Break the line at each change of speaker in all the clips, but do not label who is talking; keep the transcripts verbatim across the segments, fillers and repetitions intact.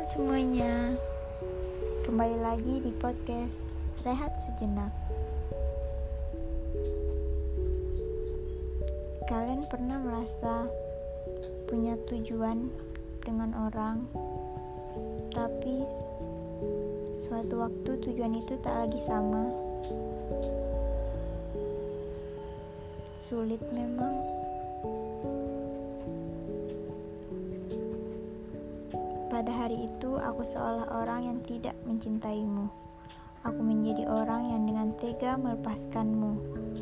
semuanya, kembali lagi di podcast Rehat Sejenak. Kalian pernah merasa punya tujuan dengan orang, tapi suatu waktu tujuan itu tak lagi sama? Sulit memang. Pada hari itu, aku seolah orang yang tidak mencintaimu. Aku menjadi orang yang dengan tega melepaskanmu.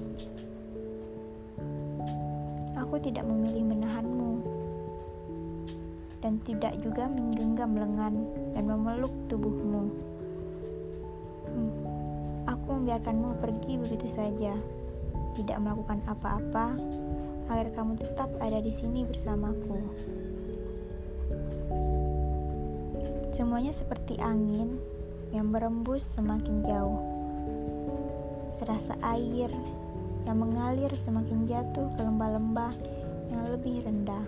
Aku tidak memilih menahanmu, dan tidak juga menggenggam lengan dan memeluk tubuhmu. Hmm, aku membiarkanmu pergi begitu saja, tidak melakukan apa-apa agar kamu tetap ada di sini bersamaku. Semuanya seperti angin yang berembus semakin jauh, serasa air yang mengalir semakin jatuh ke lembah-lembah yang lebih rendah.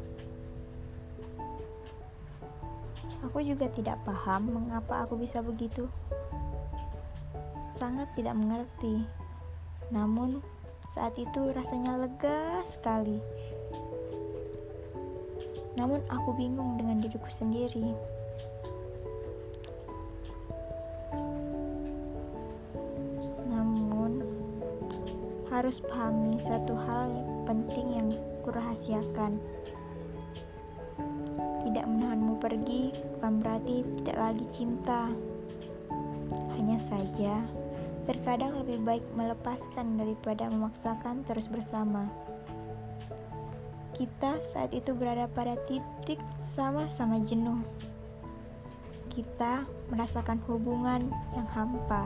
Aku juga tidak paham mengapa aku bisa begitu. Sangat tidak mengerti. Namun saat itu rasanya lega sekali. Namun aku bingung dengan diriku sendiri. Harus pahami satu hal yang penting yang kurahasiakan. Tidak menahanmu pergi bukan berarti tidak lagi cinta. Hanya saja terkadang lebih baik melepaskan daripada memaksakan terus bersama. Kita saat itu berada pada titik sama-sama jenuh. Kita merasakan hubungan yang hampa.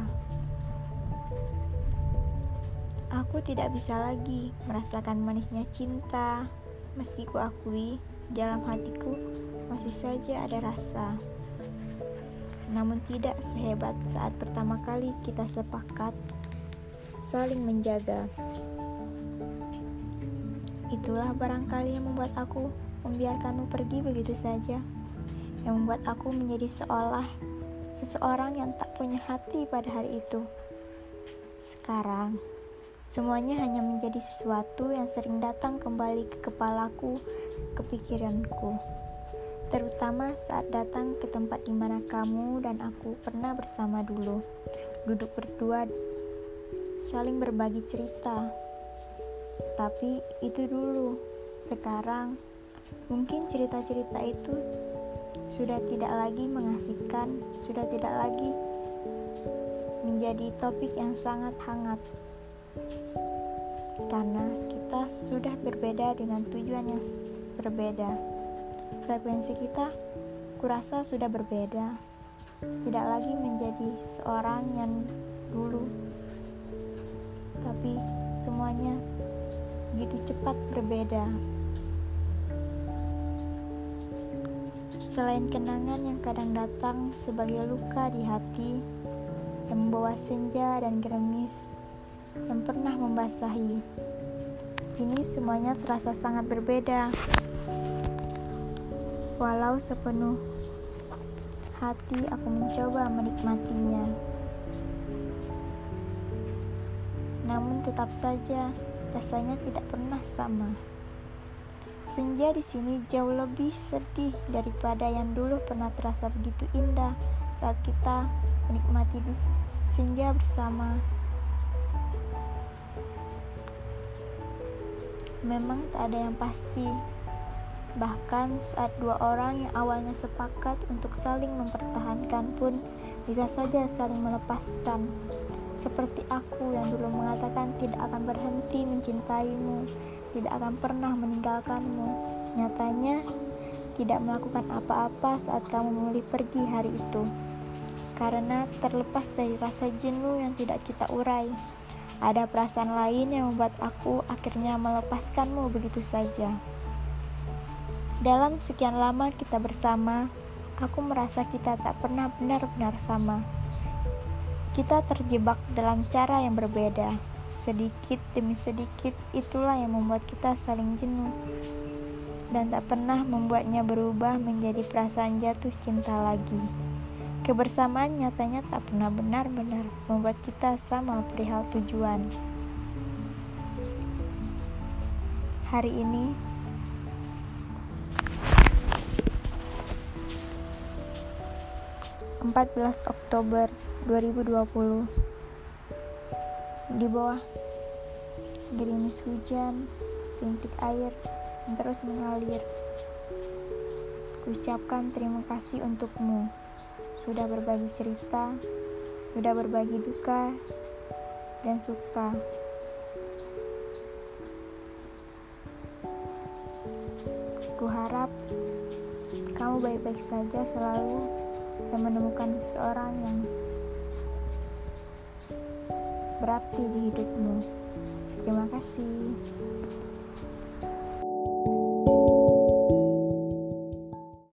Aku tidak bisa lagi merasakan manisnya cinta, meski ku akui dalam hatiku masih saja ada rasa. Namun tidak sehebat saat pertama kali kita sepakat saling menjaga. Itulah barangkali yang membuat aku membiarkanmu pergi begitu saja, yang membuat aku menjadi seolah seseorang yang tak punya hati pada hari itu. Sekarang semuanya hanya menjadi sesuatu yang sering datang kembali ke kepalaku, ke pikiranku. Terutama saat datang ke tempat di mana kamu dan aku pernah bersama dulu. Duduk berdua, saling berbagi cerita. Tapi itu dulu. Sekarang, mungkin cerita-cerita itu sudah tidak lagi mengasihkan, sudah tidak lagi menjadi topik yang sangat hangat. Karena kita sudah berbeda dengan tujuan yang berbeda. Frekuensi kita kurasa sudah berbeda. Tidak lagi menjadi seorang yang dulu, tapi semuanya begitu cepat berbeda. Selain kenangan yang kadang datang sebagai luka di hati, yang membawa senja dan gerimis yang pernah membasahi, kini semuanya terasa sangat berbeda. Walau sepenuh hati aku mencoba menikmatinya, namun tetap saja rasanya tidak pernah sama. Senja di sini jauh lebih sedih daripada yang dulu pernah terasa begitu indah saat kita menikmati senja bersama. Memang tak ada yang pasti. Bahkan saat dua orang yang awalnya sepakat untuk saling mempertahankan pun bisa saja saling melepaskan. Seperti aku yang dulu mengatakan tidak akan berhenti mencintaimu, tidak akan pernah meninggalkanmu. Nyatanya tidak melakukan apa-apa saat kamu memilih pergi hari itu. Karena terlepas dari rasa jenuh yang tidak kita urai, ada perasaan lain yang membuat aku akhirnya melepaskanmu begitu saja. Dalam sekian lama kita bersama, aku merasa kita tak pernah benar-benar sama. Kita terjebak dalam cara yang berbeda. Sedikit demi sedikit itulah yang membuat kita saling jenuh. dan tak pernah membuatnya berubah menjadi perasaan jatuh cinta lagi. Kebersamaan nyatanya tak pernah benar-benar membuat kita sama perihal tujuan. Hari ini, empat belas Oktober dua ribu dua puluh, di bawah gerimis hujan, rintik air yang terus mengalir, kuucapkan terima kasih untukmu. Sudah berbagi cerita, sudah berbagi duka dan suka. Kuharap kamu baik-baik saja selalu dan menemukan seseorang yang berarti di hidupmu. Terima kasih.